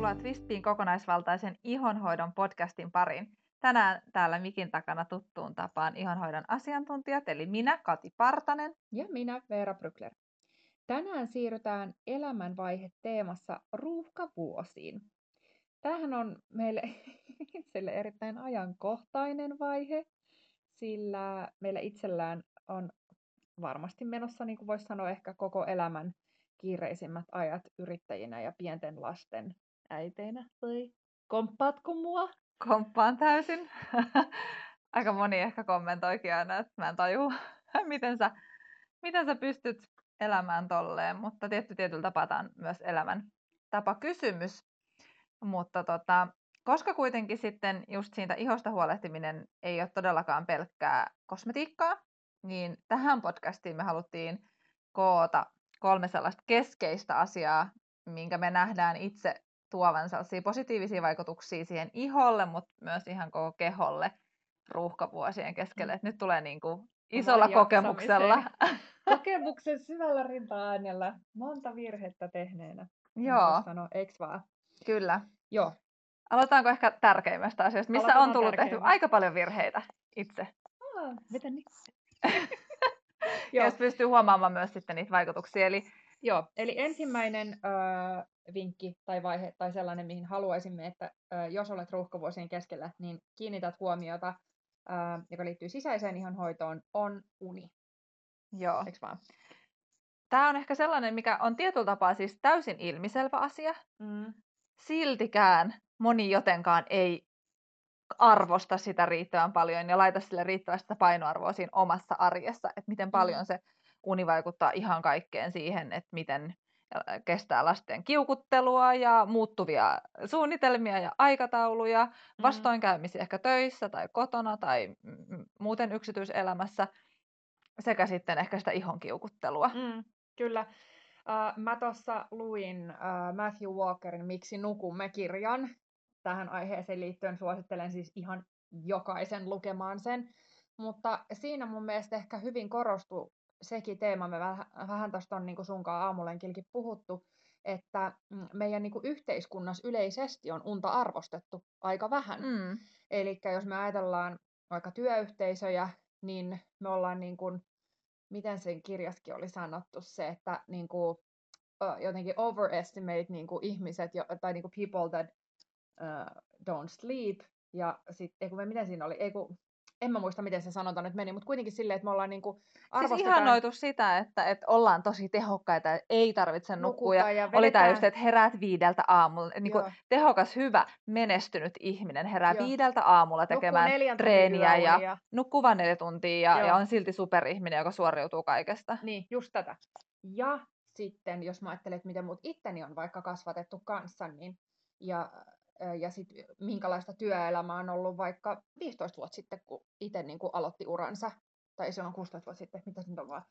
Tervetuloa Twistpiin kokonaisvaltaisen ihonhoidon podcastin pariin. Tänään täällä mikin takana tuttuun tapaan ihonhoidon asiantuntijat, eli minä, Kati Partanen. Ja minä, Veera Brykler. Tänään siirrytään elämänvaihe teemassa ruuhkavuosiin. Tämähän on meille itselle erittäin ajankohtainen vaihe, sillä meillä itsellään on varmasti menossa, niin kuin voisi sanoa, ehkä koko elämän kiireisimmät ajat yrittäjinä ja pienten lasten äiteinä. Komppaatko mua? Komppaan täysin. Aika moni ehkä kommentoikin aina, että mä en tajua, miten sä pystyt elämään tolleen, mutta tietyllä tapaa tämä on myös elämän tapa kysymys. Mutta koska kuitenkin sitten just siitä ihosta huolehtiminen ei ole todellakaan pelkkää kosmetiikkaa, niin tähän podcastiin me haluttiin koota 3 sellaista keskeistä asiaa, minkä me nähdään itse tuovan sellaisia positiivisia vaikutuksia siihen iholle, mutta myös ihan koko keholle ruuhkavuosien keskelle. Et nyt tulee niin kuin isolla kokemuksella. Kokemuksen syvällä rinta-äänellä, monta virhettä tehneenä. Joo. Sanoa, eiks vaan? Kyllä. Joo. Aloitetaanko ehkä tärkeimmästä asiasta, missä on tullut tehty aika paljon virheitä itse. Miten niin? Jos pystyy huomaamaan myös sitten niitä vaikutuksia. Eli ensimmäinen vinkki tai vaihe tai sellainen, mihin haluaisimme, että jos olet ruuhkavuosien keskellä, niin kiinnität huomiota, joka liittyy sisäiseen ihonhoitoon, on uni. Joo. Eiks vaan? Tämä on ehkä sellainen, mikä on tietyllä tapaa siis täysin ilmiselvä asia. Siltikään moni jotenkaan ei arvosta sitä riittävän paljon ja laita sille riittävästi painoarvoa siinä omassa arjessa, että miten paljon se uni vaikuttaa ihan kaikkeen siihen, että miten kestää lasten kiukuttelua ja muuttuvia suunnitelmia ja aikatauluja, vastoinkäymisiä ehkä töissä tai kotona tai muuten yksityiselämässä, sekä sitten ehkä sitä ihon kiukuttelua. Kyllä. Mä tuossa luin Matthew Walkerin Miksi nukumme -kirjan. Tähän aiheeseen liittyen suosittelen siis ihan jokaisen lukemaan sen. Mutta siinä mun mielestä ehkä hyvin korostuu sekin teema, me vähän tuosta on niin kuin sunkaan aamulenkilläkin puhuttu, että meidän niin kuin yhteiskunnassa yleisesti on unta arvostettu aika vähän. Eli jos me ajatellaan vaikka työyhteisöjä, niin me ollaan niin kuin, miten sen kirjaskin oli sanottu se, että niin kuin, jotenkin overestimate niin kuin ihmiset, tai niin kuin people that don't sleep, ja sitten, miten siinä oli, en mä muista, miten se sanonta nyt meni, mutta kuitenkin silleen, että me ollaan niinku arvostetaan... Siis ihannoitu sitä, että ollaan tosi tehokkaita, ei tarvitse nukkua, ja oli tämä just, että heräät 5 aamulla, niin kuin tehokas, hyvä, menestynyt ihminen herää 5 aamulla tekemään treeniä ja nukkuu vain 4 tuntia ja on silti superihminen, joka suoriutuu kaikesta. Niin, just tätä. Ja sitten, jos mä ajattelen, että miten mut itteni on vaikka kasvatettu kanssa, niin ja sitten minkälaista työelämää on ollut vaikka 15 vuotta sitten, kun itse niin kuin aloitti uransa, tai se on 16 vuotta sitten, mitä se nyt on vaan,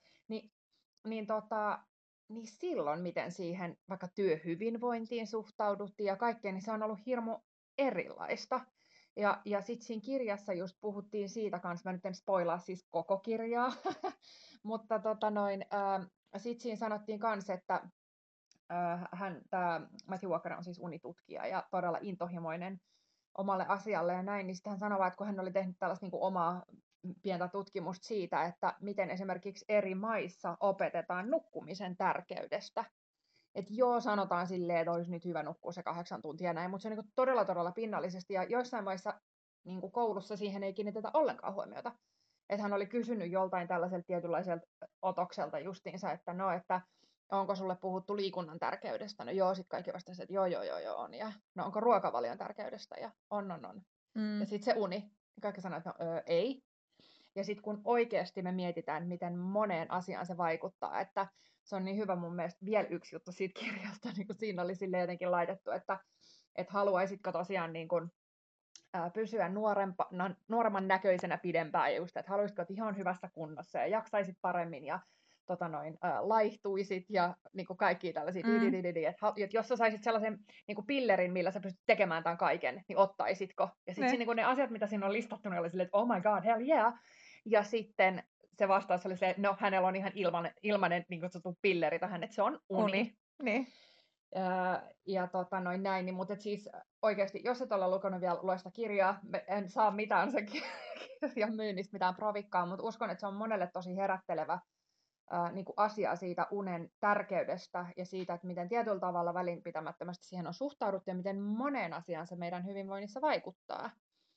niin silloin, miten siihen vaikka työhyvinvointiin suhtauduttiin ja kaikkeen, niin se on ollut hirmu erilaista. Ja sitten siinä kirjassa just puhuttiin siitä kanssa, mä nyt en spoilaa siis koko kirjaa, mutta sitten siinä sanottiin kanssa, että tämä Matthew Walker on siis unitutkija ja todella intohimoinen omalle asialle ja näin, niin sitten hän sanoi, että kun hän oli tehnyt tällaista niin kuin omaa pientä tutkimusta siitä, että miten esimerkiksi eri maissa opetetaan nukkumisen tärkeydestä. Että joo, sanotaan silleen, että olisi nyt hyvä nukkua se 8 tuntia näin, mutta se on niin kuin todella pinnallisesti ja joissain maissa niin kuin koulussa siihen ei kiinnitetä ollenkaan huomiota. Että hän oli kysynyt joltain tällaiselta tietynlaiselta otokselta justiinsa, että onko sulle puhuttu liikunnan tärkeydestä? No joo, sitten kaikki vastasivat, että joo on. Ja no onko ruokavalion tärkeydestä? Ja on. Ja sitten se uni. Kaikki sanoivat, että no ei. Ja sitten kun oikeasti me mietitään, miten moneen asiaan se vaikuttaa, että se on niin hyvä mun mielestä vielä yksi juttu siitä kirjasta, niin kuin siinä oli sille jotenkin laitettu, että haluaisitko tosiaan niin kuin, pysyä nuoremman näköisenä pidempään, ja just, että haluaisitko, että ihan hyvässä kunnossa ja jaksaisit paremmin ja laihtuisit ja niin kuin kaikkia tällaisia, että jos sä saisit sellaisen niin kuin pillerin, millä sä pystyt tekemään tämän kaiken, niin ottaisitko? Ja sitten niin ne asiat, mitä siinä on listattu, niin oli silleen, että oh my god, hell yeah! Ja sitten se vastaus oli se, että no hänellä on ihan ilmainen niin kutsuttu pilleri tähän, että se on uni. Niin. Ja näin, niin, mutta siis oikeasti, jos et ole lukenut vielä lue sitä kirjaa, en saa mitään sen kirjan myynnistä, mitään provikkaa, mutta uskon, että se on monelle tosi herättelevä niin kuin asia siitä unen tärkeydestä ja siitä, että miten tietyllä tavalla välinpitämättömästi siihen on suhtauduttu ja miten moneen asiaan se meidän hyvinvoinnissa vaikuttaa.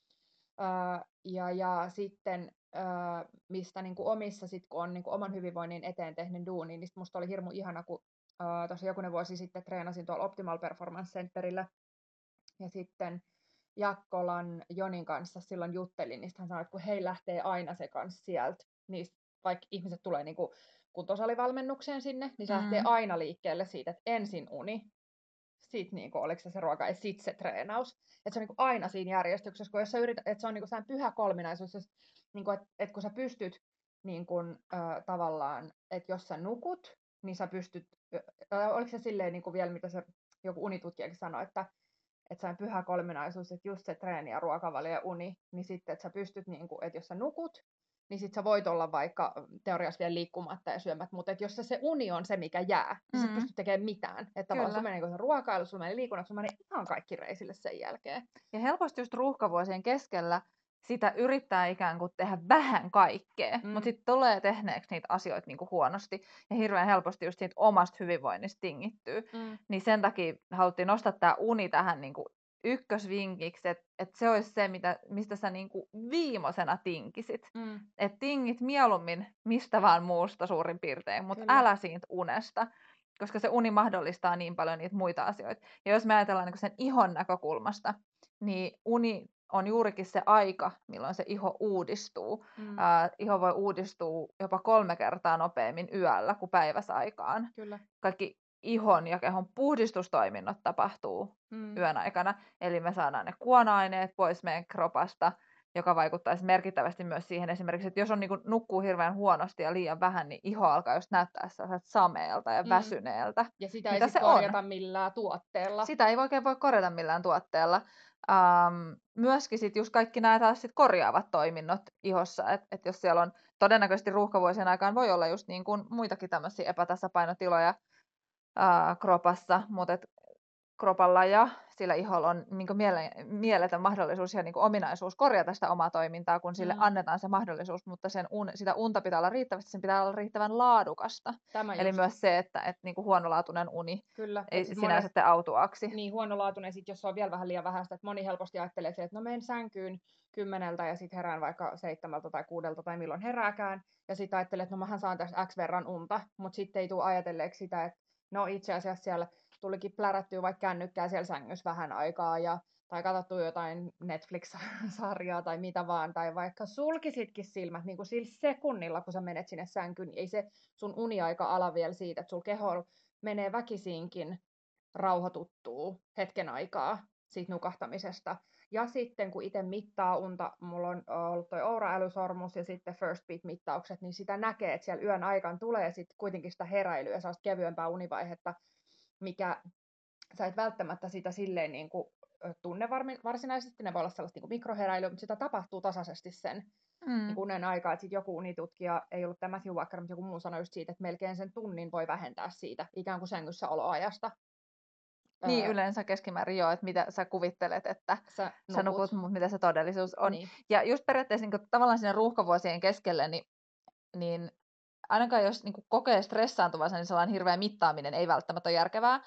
Ja sitten mistä niin kuin omissa, sit, kun on niin kuin oman hyvinvoinnin eteen tehnyt duuni, niin musta oli hirmu ihana, kun tuossa jokunen vuosi sitten treenasin tuolla Optimal Performance Centerillä, ja sitten Jakkolan Jonin kanssa silloin juttelin, niin hän sanoi, että kun he lähtee aina se kanssa sieltä, niin vaikka ihmiset tulee niin kuin kuntosalivalmennukseen sinne, niin se lähtee aina liikkeelle siitä, että ensin uni, sitten niin kuin, oliko se ruoka ja sitten se treenaus. Että se on niin kuin aina siinä järjestyksessä, kun jos sä yrität, että se on niin kuin pyhä kolminaisuus, niin kuin, että kun sä pystyt niin kuin, tavallaan, että jos sä nukut, niin sä pystyt, oliko se silleen niin kuin vielä, mitä se joku unitutkijakin sanoi, että se on pyhä kolminaisuus, että just se treeni ja ruokavalio ja uni, niin sitten, että sä pystyt, niin kuin, että jos sä nukut, niin sit sä voit olla vaikka teoriassa vielä liikkumatta ja syömät, mutta jos se uni on se, mikä jää, niin sä pystyt tekemään mitään. Että tavallaan sulla menee niin ruokailu, sulla menee liikunnat, sulla menee ihan kaikki reisille sen jälkeen. Ja helposti just ruuhkavuosien keskellä sitä yrittää ikään kuin tehdä vähän kaikkea, mutta sitten tulee tehneeksi niitä asioita niin kuin huonosti ja hirveän helposti just siitä omasta hyvinvoinnista tingittyy. Niin sen takia haluttiin nostaa tämä uni tähän niin kuin ykkösvinkiksi, että se olisi se, mistä sä niin kuin viimeisena tinkisit. Että tingit mieluummin mistä vaan muusta suurin piirtein, mutta älä siitä unesta, koska se uni mahdollistaa niin paljon niitä muita asioita. Ja jos me ajatellaan niin kuin sen ihon näkökulmasta, niin uni on juurikin se aika, milloin se iho uudistuu. Iho voi uudistua jopa 3 kertaa nopeammin yöllä kuin päiväsaikaan. Kyllä. Kaikki ihon ja kehon puhdistustoiminnot tapahtuu yön aikana. Eli me saadaan ne kuona-aineet pois meidän kropasta, joka vaikuttaisi merkittävästi myös siihen esimerkiksi, että jos on niin kuin, nukkuu hirveän huonosti ja liian vähän, niin iho alkaa just näyttää sellaiselta sameelta ja väsyneeltä. Ja sitä ei sitten korjata millään tuotteella. Sitä ei oikein voi korjata millään tuotteella. Myöskin sit just kaikki nämä taas sit korjaavat toiminnot ihossa, että jos siellä on todennäköisesti ruuhkavuosien aikaan voi olla just niin kuin muitakin tämmöisiä epätasapainotiloja kropassa, mutta kropalla ja sillä iholla on niin mieletön mahdollisuus ja niin ominaisuus korjata sitä omaa toimintaa, kun sille annetaan se mahdollisuus, mutta sitä unta pitää olla riittävästi, sen pitää olla riittävän laadukasta. Eli myös se, että niin huonolaatuinen uni ei sinänsä tee autuaaksi. Niin, huonolaatuinen, jos se on vielä vähän liian vähäistä, että moni helposti ajattelee, että no menen sänkyyn 10 ja sitten herään vaikka 7 tai 6 tai milloin herääkään, ja sitten ajattelee, että no mähän saan tässä X verran unta, mutta sitten ei tule ajatelleeksi sitä, että no itse asiassa siellä tulikin plärättyä vaikka kännykkää siellä sängyssä vähän aikaa tai katsottu jotain Netflix-sarjaa tai mitä vaan, tai vaikka sulkisitkin silmät niin kuin sillä sekunnilla, kun sä menet sinne sänkyyn, niin ei se sun uniaika ala vielä siitä, että sun keho menee väkisinkin rauhoituttuu hetken aikaa siitä nukahtamisesta. Ja sitten kun itse mittaa unta, mulla on ollut toi Oura-älysormus ja sitten First Beat-mittaukset, niin sitä näkee, että siellä yön aikana tulee sitten kuitenkin sitä heräilyä ja sellaista kevyempää univaihetta, mikä sä et välttämättä sitä silleen niin kuin tunne varsinaisesti, ne voi olla sellaista niin kuin mikroheräilyä, mutta sitä tapahtuu tasaisesti sen niin kuin unen aikaa. Että joku unitutkija, ei ollut tämä Matthew Walker, mutta joku muu sanoi just siitä, että melkein sen tunnin voi vähentää siitä ikään kuin sängyssä oloajasta. Niin, yleensä keskimäärin joo, että mitä sä kuvittelet, että sä nukut, mutta mitä se todellisuus on. Niin. Ja just periaatteessa niin kuin, tavallaan siinä ruuhkavuosien keskelle, niin ainakaan jos niin kuin kokee stressaantuvansa, niin sellainen hirveä mittaaminen ei välttämättä ole järkevää.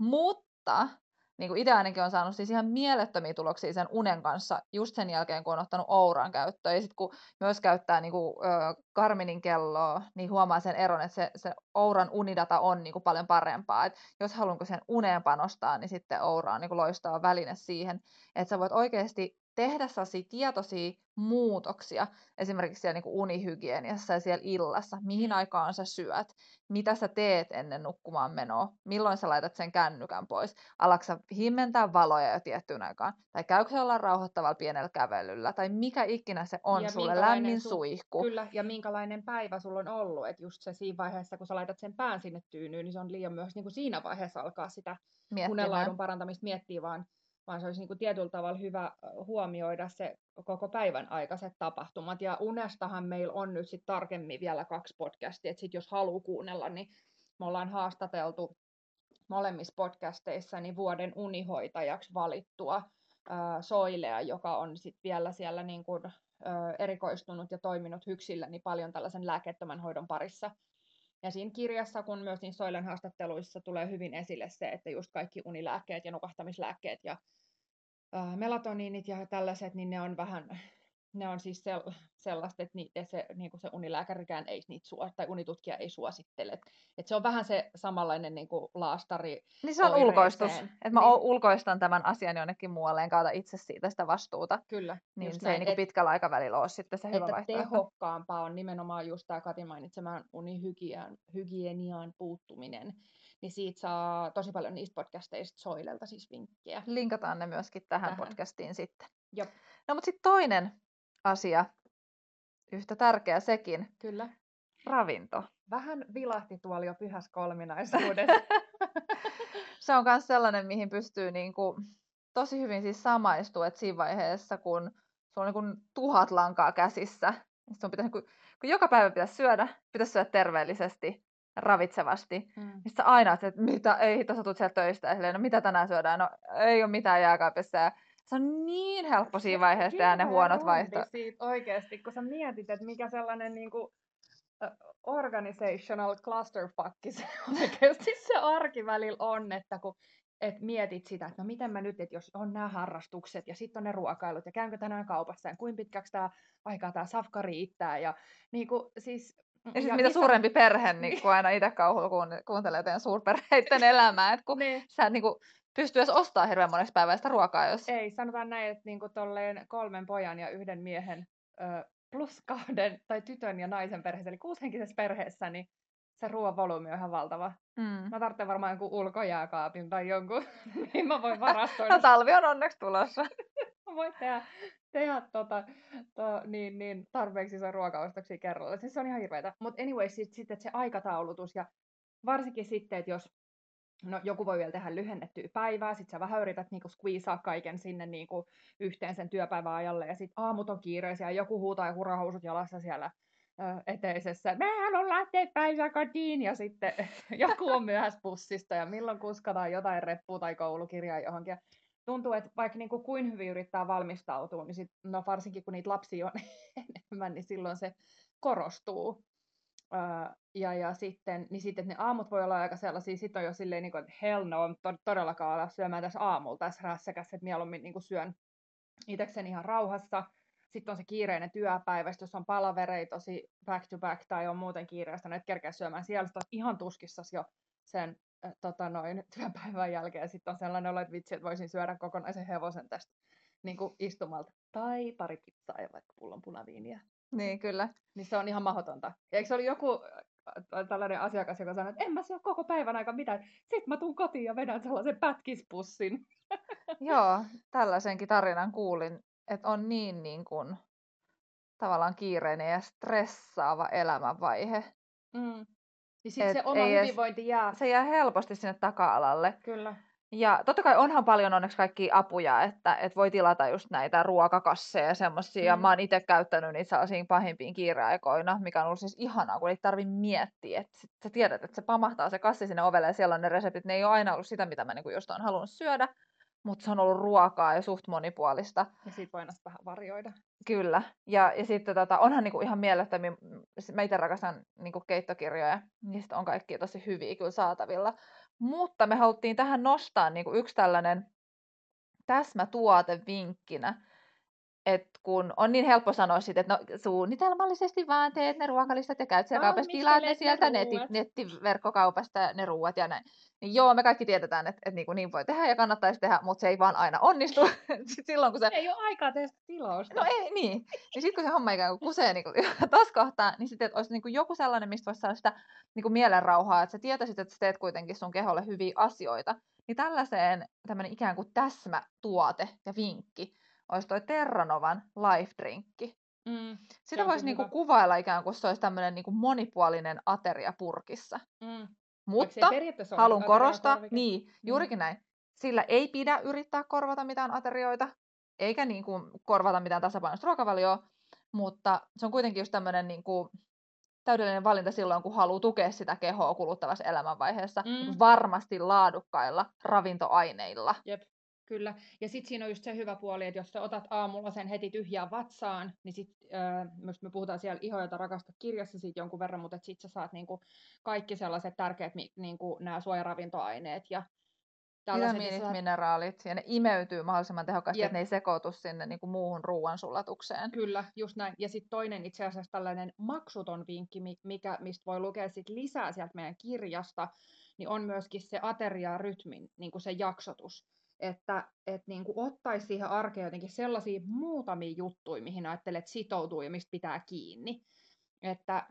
Mutta niin kuin itse ainakin on saanut siis ihan mielettömiä tuloksia sen unen kanssa just sen jälkeen, kun on ottanut Ouran käyttöön. Ja sitten kun myös käyttää niin kuin, Garminin kelloa, niin huomaa sen eron, että se Ouran unidata on niin kuin paljon parempaa. Et jos haluanko sen uneen panostaa, niin sitten Oura on niin kuin loistava väline siihen, että sä voit oikeasti tehdä sellaisia tietoisia muutoksia, esimerkiksi siellä niin kuin unihygieniassa ja siellä illassa, mihin aikaan sä syöt, mitä sä teet ennen nukkumaan menoa, milloin sä laitat sen kännykän pois, alatko sä himmentää valoja jo tiettyyn aikaan, tai käykö se olla rauhoittavalla pienellä kävelyllä, tai mikä ikinä se on ja sulle lämmin suihku. Kyllä, ja minkälainen päivä sulla on ollut, että just se siinä vaiheessa, kun sä laitat sen pään sinne tyynyyn, niin se on liian myös niin kuin siinä vaiheessa alkaa sitä unenlaadun parantamista miettiä, vaan se olisi niin kuin tietyllä tavalla hyvä huomioida se koko päivän aikaiset tapahtumat. Ja unestahan meillä on nyt sitten tarkemmin vielä 2 podcastia, että sit jos haluaa kuunnella, niin me ollaan haastateltu molemmissa podcasteissa niin vuoden unihoitajaksi valittua Soilea, joka on sit vielä siellä niin kuin, erikoistunut ja toiminut hyksillä niin paljon tällaisen lääkkeettömän hoidon parissa. Ja siinä kirjassa, kun myös niin Soilen haastatteluissa tulee hyvin esille se, että just kaikki unilääkkeet ja nukahtamislääkkeet ja melatoniinit ja tällaiset, niin ne on vähän, ne on siis sellaista, että se, niin kuin se unilääkärikään ei niitä tai unitutkija ei suosittele. Et se on vähän se samanlainen niin kuin laastari Niin se on ulkoistus, oireeseen. että mä ulkoistan tämän asian jonnekin muualle, enkä ota itse siitä sitä vastuuta. Kyllä, Niin just se ei näin. niin pitkällä aikavälillä ole sitten se hyvä Että vaihtoehto. tehokkaampaa on nimenomaan just tämä Katin mainitsemaan unihygieniaan puuttuminen. Niin siitä saa tosi paljon niistä podcasteista Soilelta siis vinkkejä. Linkataan ne myöskin tähän podcastiin sitten. Jop. No mutta sitten toinen asia, yhtä tärkeä sekin. Kyllä. Ravinto. Vähän vilahti tuolla jo pyhässä kolminaisuudessa. Se on myös sellainen, mihin pystyy niinku tosi hyvin siis samaistua, että siinä vaiheessa, kun sulla on niinku 1000 lankaa käsissä, niin sun pitäisi, kun joka päivä pitäisi syödä terveellisesti, ravitsevasti, niin sä aina että mitä, ei hitto, sä tulet sieltä töistä, ja silleen, no mitä tänään syödään, no ei ole mitään jääkaapissa, ja se on niin helppo siinä vaiheessa tehdä ne huonot vaihtoehdot. Oikeasti, kun sä mietit, että mikä sellainen niinku organizational clusterfuck se oikeasti se arki välillä on, että kun mietit sitä, että no miten mä nyt, että jos on nämä harrastukset ja sitten on ne ruokailut ja käynkö tänään kaupassa ja kuinka pitkäksi aikaa tämä safka riittää ja niinku siis... Ja sitten mitä suurempi perhe, niin kun aina itse kauhulla kuuntelee teidän suurperheiden elämää, että kun sä et niinku pysty edes ostamaan hirveän moneksi päiväistä ruokaa, jos... Ei, sanotaan näin, että niinku tolleen 3 pojan ja 1 miehen plus 2 tai tytön ja naisen perheessä, eli 6-henkisessä perheessä, niin se ruoan volyymi on ihan valtava. Mä tarvitsen varmaan jonkun ulkojääkaapin tai jonkun, niin mä voin varastoida. No talvi on onneksi tulossa. Mä voin tehdä niin tarpeeksi isoja ruokaostoksia kerralla. Siis se on ihan hirveetä. Mutta anyway, sitten se aikataulutus ja varsinkin sitten, että jos joku voi vielä tehdä lyhennettyä päivää, sit sä vähän yrität niinku squeezaa kaiken sinne niinku yhteen sen työpäivän ajalle, ja sit aamut on kiireisiä, ja joku huutaa ja hurahousut jalassa siellä eteisessä, mä haluan lähteä päiväkotiin, ja sitten joku on myöhässä bussista, ja milloin kuskataan jotain reppua tai koulukirjaa johonkin. Ja tuntuu, että vaikka niinku kuin hyvin yrittää valmistautua, niin sit, no varsinkin kun niitä lapsia on enemmän, niin silloin se korostuu. Ja sitten ne aamut voi olla aika sellaisia, sitten on jo silleen, niin kuin, että hell no, en todellakaan ala syömään tässä aamulla tässä rässäkässä, että mieluummin niin kuin syön itsekseni ihan rauhassa. Sitten on se kiireinen työpäivä, jos on palavereita tosi back to back tai on muuten kiireistä, et kerkeä syömään siellä, sitten ihan tuskissasi jo sen työpäivän jälkeen. Sitten on sellainen olo, että vitsi, että voisin syödä kokonaisen hevosen tästä niin kuin istumalta. Tai pari pizzaa ja vaikka pullon punaviiniä. Niin, kyllä. Niin se on ihan mahdotonta. Eikö se oli joku tällainen asiakas, joka sanoi, että en mä syö koko päivän aika mitään. Sitten mä tuun kotiin ja vedän sellaisen pätkispussin. Joo, tällaisenkin tarinan kuulin, että on niin kuin, tavallaan kiireinen ja stressaava elämänvaihe. Ja sitten se oma hyvinvointi jää. Se jää helposti sinne taka-alalle. Kyllä. Ja totta kai onhan paljon onneksi kaikkia apuja, että voi tilata just näitä ruokakasseja ja semmoisia. Ja mä oon itse käyttänyt niitä sellaisiin pahimpiin kiireaikoina, mikä on ollut siis ihanaa, kun ei tarvitse miettiä. Että sä tiedät, että se pamahtaa se kassi sinne ovelle ja siellä on ne reseptit. Ne ei ole aina ollut sitä, mitä mä niinku just oon halunnut syödä, mutta se on ollut ruokaa ja suht monipuolista. Ja siitä voi vähän varjoida. Kyllä. Ja sitten onhan niinku ihan mielettömiä, mä itse rakastan niinku keittokirjoja, niistä on kaikki tosi hyviä kyllä saatavilla. Mutta me haluttiin tähän nostaa niinku yksi tällainen täsmätuote vinkkinä, että kun on niin helppo sanoa sitten, että no suunnitelmallisesti vaan teet ne ruokalistat ja käyt siellä kaupassa, tilaat ne sieltä nettiverkkokaupasta ja ne ruuat ja näin. Niin joo, me kaikki tiedetään, että niin voi tehdä ja kannattaisi tehdä, mutta se ei vaan aina onnistu. Silloin, kun se... Ei ole aikaa tehdä tilausta. No ei, niin. Ja sitten kun se homma ikään kuin kusee niin tuossa kohtaa, niin sitten olisi niin kuin joku sellainen, mistä voisi saada sitä niin kuin mielenrauhaa, että sä tietäisit, että sä teet kuitenkin sun keholle hyviä asioita. Niin tällaiseen tämmöinen ikään kuin täsmätuote ja vinkki olisi toi Terranovan Life-drinkki. Sitä voisi niinku kuvailla ikään kuin se olisi tämmöinen niinku monipuolinen ateria purkissa. Mutta haluan korostaa, juurikin näin. Sillä ei pidä yrittää korvata mitään aterioita, eikä niinku korvata mitään tasapainoista ruokavalioa, mutta se on kuitenkin just tämmöinen niinku täydellinen valinta silloin, kun haluaa tukea sitä kehoa kuluttavassa elämänvaiheessa Mm. varmasti laadukkailla ravintoaineilla. Jep, kyllä. Ja sitten siinä on just se hyvä puoli, että jos sä otat aamulla sen heti tyhjään vatsaan, niin myös me puhutaan siellä Iho, jota rakasta kirjassa siitä jonkun verran, mutta sit sä saat niinku kaikki sellaiset tärkeät niinku nämä suojaravintoaineet ja tällaiset. Vitamiinit, Saat... mineraalit, ja ne imeytyy mahdollisimman tehokkaasti, Jep. että ne ei sekoitu sinne niin kuin muuhun ruoansulatukseen. Kyllä, just näin. Ja sitten toinen itse asiassa tällainen maksuton vinkki, mistä voi lukea sit lisää sieltä meidän kirjasta, niin on myöskin se ateriarytmin niin kuin se jaksotus. Että niin kuin ottaisi siihen arkeen jotenkin sellaisia muutamia juttuja, mihin ajattelet sitoutuu ja mistä pitää kiinni. Että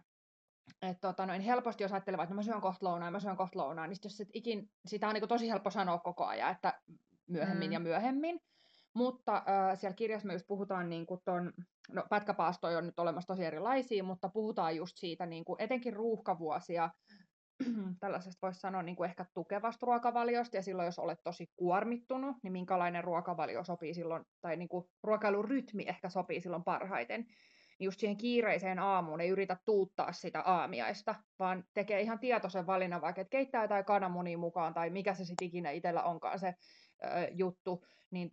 helposti jos ajattelee, että mä syön kohta lounaan, niin jos sitä on niin kuin tosi helppo sanoa koko ajan, että myöhemmin ja myöhemmin. Mutta siellä kirjassa me just puhutaan niin kuin no pätkäpaastoja on nyt olemassa tosi erilaisia, mutta puhutaan just siitä niin kuin etenkin ruuhkavuosia, tällaisesta voisi sanoa niin kuin ehkä tukevasta ruokavaliosta, ja silloin jos olet tosi kuormittunut, niin minkälainen ruokavalio sopii silloin, tai niin kuin ruokailurytmi ehkä sopii silloin parhaiten. Niin just siihen kiireiseen aamuun ei yritä tuuttaa sitä aamiaista, vaan tekee ihan tietoisen valinnan, vaikka että keittää jotain kananmunia mukaan, tai mikä se sitten ikinä itsellä onkaan se juttu, niin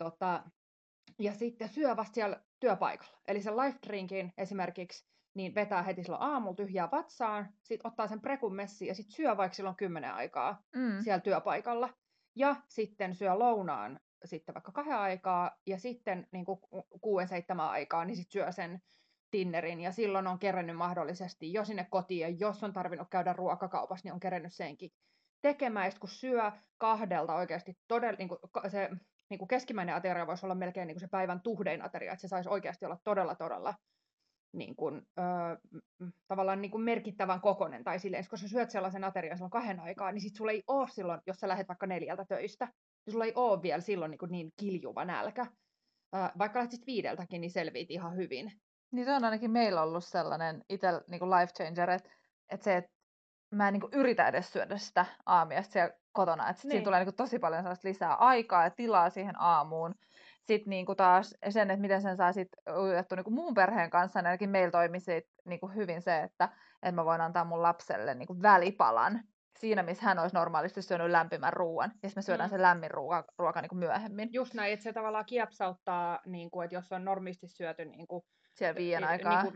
ja sitten syö vasta siellä työpaikalla. Eli sen life drinkin esimerkiksi niin vetää heti silloin aamulla tyhjää vatsaan, sitten ottaa sen prekun messiin ja sitten syö vaikka silloin 10 aikaa siellä työpaikalla. Ja sitten syö lounaan sitten vaikka 2 aikaa ja sitten niin 6-7 aikaa, niin sitten syö sen dinnerin ja silloin on kerennyt mahdollisesti jo sinne kotiin ja jos on tarvinnut käydä ruokakaupassa, niin on kerennyt senkin tekemään. Kun syö 2 oikeasti todella, se niin kuin keskimmäinen ateria voisi olla melkein niin kuin se päivän tuhdein ateria, että se saisi oikeasti olla todella niin kuin, tavallaan niin kuin merkittävän kokonen, tai silleen, kun sä syöt sellaisen aterian silloin 2 aikaa, niin sit sulla ei ole silloin, jos sä lähdet vaikka 4 töistä, niin sulla ei ole vielä silloin niin kiljuva nälkä. Vaikka lähtisit 5, niin selviit ihan hyvin. Niin se on ainakin meillä ollut sellainen itse niin kuin life changer, että se, että mä en niin kuin yritä edes syödä sitä aamiaista siellä kotona, että siinä tulee niin kuin tosi paljon sellaista lisää aikaa ja tilaa siihen aamuun. Sitten niin kuin taas sen, että miten sen saa sitten ujutettua niin kuin muun perheen kanssa, niin ainakin meillä toimi niin kuin hyvin se, että mä voin antaa mun lapselle niin kuin välipalan siinä, missä hän olisi normaalisti syönyt lämpimän ruoan, ja sitten me syödään se lämmin ruoka niin kuin myöhemmin. Just näin, että se tavallaan kiepsauttaa, niin kuin, että jos on normisti syöty niin kuin, siellä 5 aikaa.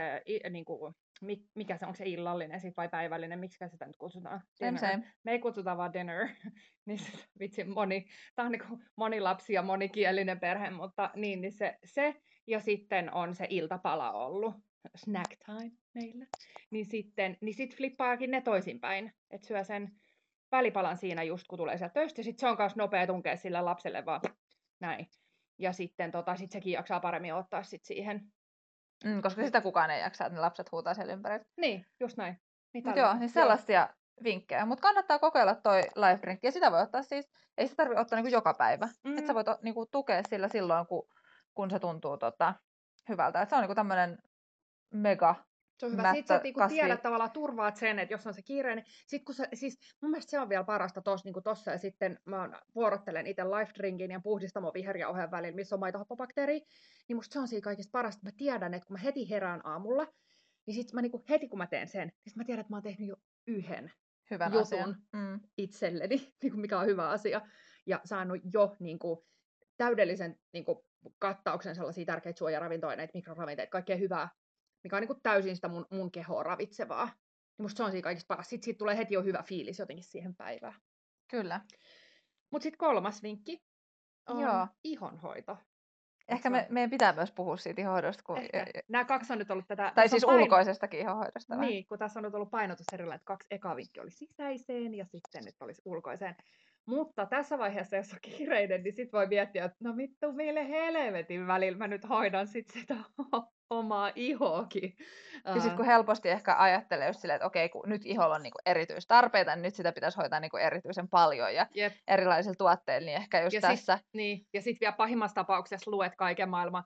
Mikä se, onko se illallinen sit vai päivällinen, miksi sitä nyt kutsutaan? Same. Me ei kutsuta vaan dinner, niin vitsi, tämä on niin moni lapsi ja monikielinen perhe, mutta niin se, ja sitten on se iltapala ollut, snack time meillä, niin sitten flippaakin ne toisinpäin, että syö sen välipalan siinä just kun tulee sieltä töistä, ja sitten se on myös nopea tunkea sille lapselle vaan näin. Ja sitten sit sekin jaksaa paremmin ottaa sit siihen. Koska sitä kukaan ei jaksa, että ne lapset huutaa siellä ympärillä. Niin, just näin. Niin sellaisia vinkkejä. Mutta kannattaa kokeilla toi life drink. Ja sitä voi ottaa siis, ei sitä tarvitse ottaa niinku joka päivä. Että sä voit niinku tukea sillä silloin, kun se tuntuu hyvältä. Et se on niinku tämmöinen mega. Se on hyvä. Sitten sä niinku tiedät tavallaan, turvaat sen, että jos on se kiireinen. Sitten kun mun mielestä se on vielä parasta tossa, ja sitten mä vuorottelen itse life drinkin ja puhdistamon viherjauheen välillä, missä on maitohappobakteeri. Niin musta se on siinä kaikista parasta. Mä tiedän, että kun mä heti herään aamulla, niin sitten mä niinku, heti kun mä teen sen, niin mä tiedän, että mä oon tehnyt jo yhden hyvän jutun itselleni, mikä on hyvä asia. Ja saanut jo niinku täydellisen niinku kattauksen sellaisia tärkeitä suojaravintoaineita, mikroravinteita, kaikkea hyvää, mikä on niinku täysin sitä mun kehoa ravitsevaa. Ja musta se on siinä kaikista paras. Sitten siitä tulee heti jo hyvä fiilis jotenkin siihen päivään. Kyllä. Mutta sitten 3. vinkki on ihonhoito. Ehkä meidän pitää myös puhua siitä ihonhoidosta. Nämä 2 on nyt ollut tätä... Tai siis ulkoisestakin ihonhoidosta. Niin, kun tässä on nyt ollut painotus erillä, että 2 eka vinkki oli sisäiseen ja sitten nyt olisi ulkoiseen. Mutta tässä vaiheessa, jos on kiireinen, niin sitten voi miettiä, että no vittu, meille helvetin välillä mä nyt hoidan sitten sitä omaa ihoakin. Ja sitten kun helposti ehkä ajattelee just silleen, että okei, kun nyt iholla on niinku erityistarpeita, niin nyt sitä pitäisi hoitaa niinku erityisen paljon ja erilaisilla tuotteilla, niin ehkä just tässä. Ja sitten vielä pahimmassa tapauksessa luet kaiken maailman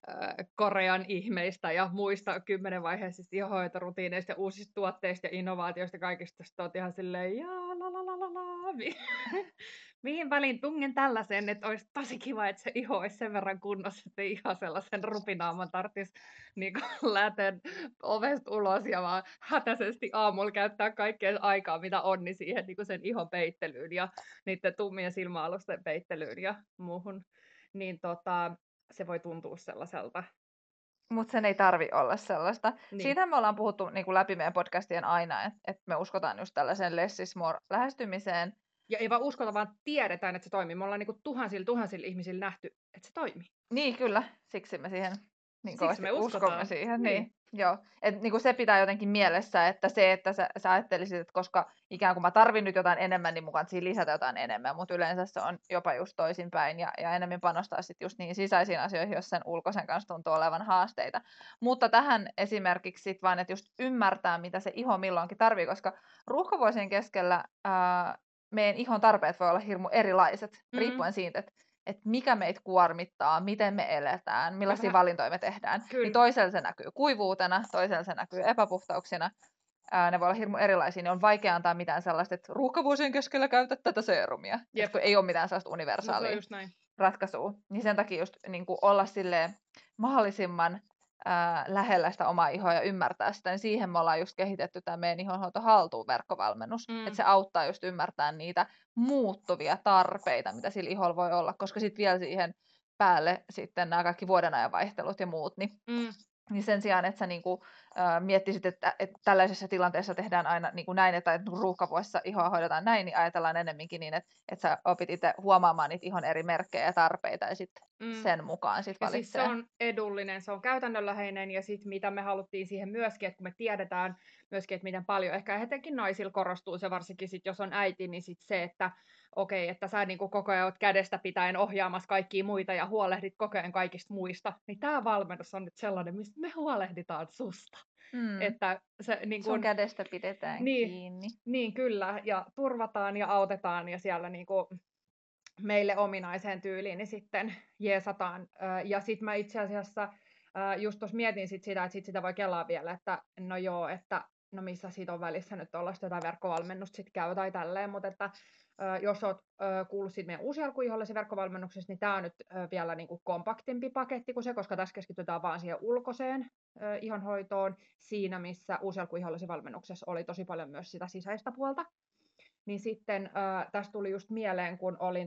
Korean ihmeistä ja muista 10-vaiheisista ihohoitorutiineista ja uusista tuotteista ja innovaatioista ja kaikista, sitten olet ihan silleen, mihin väliin tungen tällaisen, että olisi tosi kiva, että se iho olisi sen verran kunnossa, että ei ihan sellaisen rupinaaman tarvitsisi niin lähteä ovesta ulos ja vaan hätäisesti aamulla käyttää kaikkea aikaa, mitä on, niin siihen niin sen ihon peittelyyn ja niiden tummien silmäalusten peittelyyn ja muuhun. Niin se voi tuntua sellaiselta. Mutta sen ei tarvi olla sellaista. Niin. Siitähän me ollaan puhuttu niin kuin läpi meidän podcastien aina, että me uskotaan just tällaiseen less is more -lähestymiseen. Ja ei vaan uskota, vaan tiedetään, että se toimii. Me ollaan niin tuhansilla ihmisillä nähty, että se toimii. Niin, kyllä. Siksi me siihen niin Siksi me uskomme siihen. Niin. Joo. Et, niin kuin se pitää jotenkin mielessä, että se, että sä ajattelisit, että koska ikään kuin mä tarvin nyt jotain enemmän, niin mukaan siihen lisätä jotain enemmän, mutta yleensä se on jopa just toisinpäin ja enemmän panostaa sitten just niihin sisäisiin asioihin, jos sen ulkoisen kanssa tuntuu olevan haasteita. Mutta tähän esimerkiksi sit vaan, että just ymmärtää, mitä se iho milloinkin tarvii, koska ruuhkavuosien keskellä meidän ihon tarpeet voi olla hirmu erilaiset, riippuen siitä, että mikä meitä kuormittaa, miten me eletään, millaisia valintoja me tehdään. Niin toisella se näkyy kuivuutena, toisella se näkyy epäpuhtauksina. Ne voi olla hirmu erilaisia, niin on vaikea antaa mitään sellaista, että ruuhkavuosien keskellä käytä tätä seerumia. Kun ei ole mitään sellaista universaalia ratkaisua. Niin sen takia just niin kuin olla silleen mahdollisimman lähellä sitä omaa ihoa ja ymmärtää sitä, niin siihen me ollaan just kehitetty tämä meidän ihonhoito haltuun -verkkovalmennus, että se auttaa just ymmärtämään niitä muuttuvia tarpeita, mitä sillä iholla voi olla, koska sitten vielä siihen päälle sitten nämä kaikki vuodenajan vaihtelut ja muut, niin sen sijaan, että sä niinku, miettisit, että tällaisessa tilanteessa tehdään aina niinku näin, että ruuhkavuosissa ihoa hoidetaan näin, niin ajatellaan ennemminkin niin, että sä opit itse huomaamaan niitä ihon eri merkkejä ja tarpeita ja sitten sen mukaan sit valitsee. Ja siis se on edullinen, se on käytännönläheinen ja sitten mitä me haluttiin siihen myöskin, että kun me tiedetään myöskin, että miten paljon ehkä etenkin naisilla korostuu se varsinkin sit, jos on äiti, niin sit se, että okei, että sä niin koko ajan oot kädestä pitäen ohjaamassa kaikkia muita ja huolehdit koko ajan kaikista muista, niin tämä valmennus on nyt sellainen, mistä me huolehditaan susta. Että se, niin kun, sun kädestä pidetään kiinni. Niin, kyllä, ja turvataan ja autetaan ja siellä niin kun, meille ominaiseen tyyliin, niin sitten jeesataan. Ja sitten mä itse asiassa just tuossa mietin sitä, että sit sitä voi kelaa vielä, että no joo, että no missä siitä on välissä nyt tuollaista jotain verkkovalmennusta sit käy tai tälleen, mutta että jos oot kuullut siitä meidän Uusi alku -ihollesi -verkkovalmennuksesta, niin tämä on nyt vielä niin kuin kompaktimpi paketti kuin se, koska tässä keskitytään vaan siihen ulkoiseen ihonhoitoon siinä, missä Uusi alku -ihollesi -valmennuksessa oli tosi paljon myös sitä sisäistä puolta. Niin sitten tästä tuli just mieleen, kun olin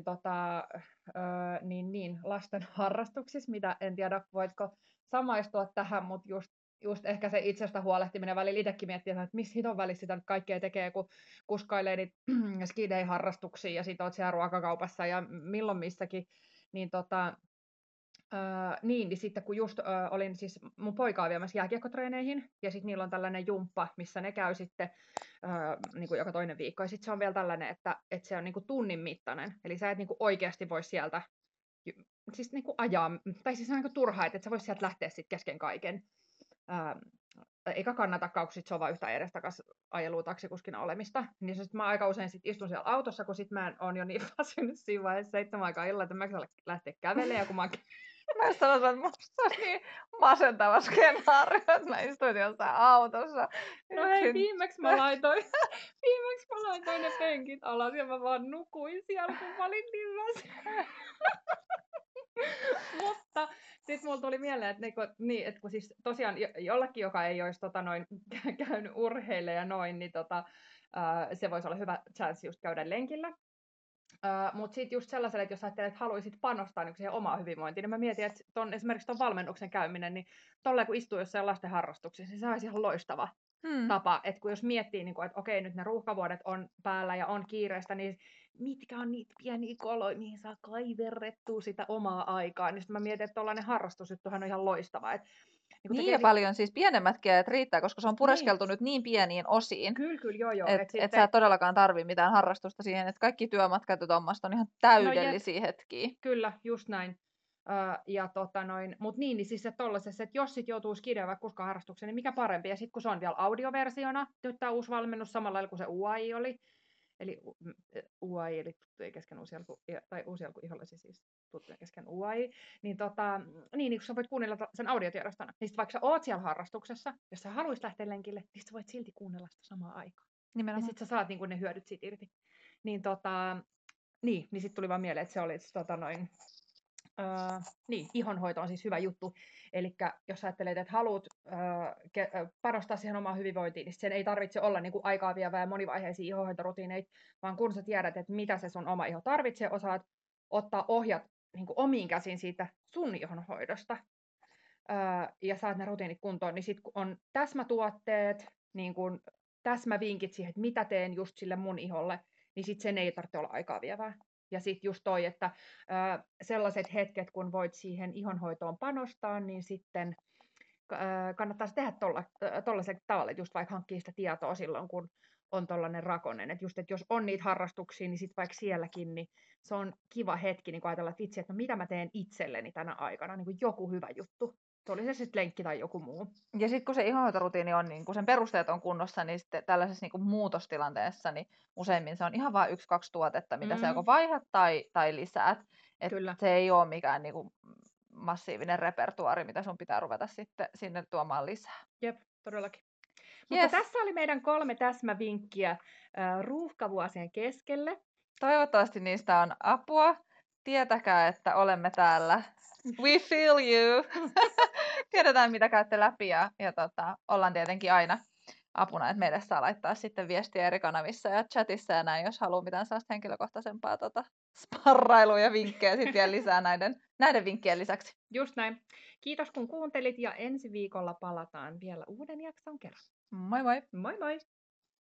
lasten harrastuksissa, mitä en tiedä voitko samaistua tähän, mutta just ehkä se itsestä huolehtiminen välillä itsekin miettii, että missä hiton välissä sitä nyt kaikkea tekee, kun kuskailee niitä skidei-harrastuksia ja sit oot siellä ruokakaupassa ja milloin missäkin, niin niin sitten kun just olin siis mun poikaa viemässä jääkiekkotreeneihin ja sitten niillä on tällainen jumppa, missä ne käy sitten niin kuin joka toinen viikko ja sitten se on vielä tällainen, että se on niin kuin tunnin mittainen, eli sä et niin kuin oikeasti voi sieltä siis niin kuin ajaa, tai siis on niin kuin turhaa, että et sä vois sieltä lähteä sitten kesken kaiken. Eikä kannatakaan, kun sit se on vaan yhtä edestakas ajelua taksikuskina olemista. Niin sit mä aika usein sit istun siellä autossa, kun sit mä oon jo niin väsynyt siinä vaiheessa 7 aikaa illalla, että mä en lähteä kävelemään. Ja kun mä sanoisin, että musta se olisi niin masentava skenaario, että mä istuin jossain autossa. No hei, viimeksi mä laitoin ne penkit alas ja mä vaan nukuin siellä, kun mä olin niin väsynyt. Mutta sitten mulla tuli mieleen, että kun siis tosiaan jollekin, joka ei olisi käynyt urheille ja noin, niin se voisi olla hyvä chance just käydä lenkillä. Mutta sitten just sellaiselle, että jos ajattelet, että haluaisit panostaa niin siihen omaan hyvinvointiin, niin mä mietin, että esimerkiksi tuon valmennuksen käyminen, niin tolleen kun istuu jossain lasten harrastuksessa, niin se olisi ihan loistava tapa. Että kun jos miettii, niin että okei, nyt ne ruuhkavuodet on päällä ja on kiireistä, niin mitkä on niitä pieniä koloja, mihin saa kaiverrettua sitä omaa aikaa. Niin sitten mä mietin, että tuollainen harrastusjuttuhan on ihan loistava. Niin ja paljon siis pienemmätkin ajat riittää, koska se on pureskeltu nyt niin pieniin osiin, Kyllä, joo. Että sä et todellakaan tarvii mitään harrastusta siihen, että kaikki työmatkat ja tuommoista on ihan täydellisiä hetkiä. Kyllä, just näin. Mutta niin siis se tollasessa, että jos sit joutuu skideen vaikka kuskaharrastukseen, niin mikä parempi. Ja sitten kun se on vielä audioversiona, nyt tämä uusi valmennus samalla lailla kuin se UAI oli, eli UAI, eli tuttujen kesken uusi alku ihollesi siis tuttujen kesken UAI, niin, niin kun sä voit kuunnella sen audiotiedostona, niin vaikka sä oot siellä harrastuksessa, jos sä haluaisit lähteä lenkille, niin sä voit silti kuunnella sitä samaan aikaan. Nimenomaan. Ja sit sä saat niin kun ne hyödyt siitä irti. Niin niin sitten tuli vaan mieleen, että se oli niin, ihonhoito on siis hyvä juttu. Eli jos ajattelet, että haluat panostaa siihen omaan hyvinvointiin, niin sen ei tarvitse olla niin kuin aikaa vievää ja monivaiheisia ihonhoitorutiineita, vaan kun sä tiedät, että mitä se sun oma iho tarvitsee, osaat ottaa ohjat niin kuin omiin käsiin siitä sun ihonhoidosta ja saat ne rutiinit kuntoon, niin sitten kun on täsmätuotteet, niin kuin täsmävinkit siihen, että mitä teen just sille mun iholle, niin sitten sen ei tarvitse olla aikaa vievää. Ja sitten just toi, että sellaiset hetket, kun voit siihen ihonhoitoon panostaa, niin sitten kannattaa tehdä tollaisella tavalla, että just vaikka hankkii sitä tietoa silloin, kun on tollainen rakonen. Että just, että jos on niitä harrastuksia, niin sitten vaikka sielläkin, niin se on kiva hetki niin ajatella, että vitsi, että no mitä mä teen itselleni tänä aikana, niin kuin joku hyvä juttu. Se oli se sitten lenkki tai joku muu. Ja sitten kun se ihonhoitorutiini on, niin kun sen perusteet on kunnossa, niin sitten tällaisessa niin kuin muutostilanteessa, niin useimmin se on ihan vain 1-2 tuotetta, mitä sä joko vaihdat tai lisäät. Et Kyllä. se ei ole mikään niin kuin massiivinen repertuaari, mitä sun pitää ruveta sitten sinne tuomaan lisää. Jep, todellakin. Yes. Mutta tässä oli meidän 3 täsmävinkkiä ruuhkavuosien keskelle. Toivottavasti niistä on apua. Tietäkää, että olemme täällä. We feel you. Tiedetään, mitä käytte läpi ja ollaan tietenkin aina apuna, että meille saa laittaa sitten viestiä eri kanavissa ja chatissa ja näin, jos haluaa mitään sellaista henkilökohtaisempaa sparrailua ja vinkkejä sitten vielä lisää näiden vinkkien lisäksi. Just näin. Kiitos kun kuuntelit ja ensi viikolla palataan vielä uuden jakson kerran. Moi moi! Moi moi!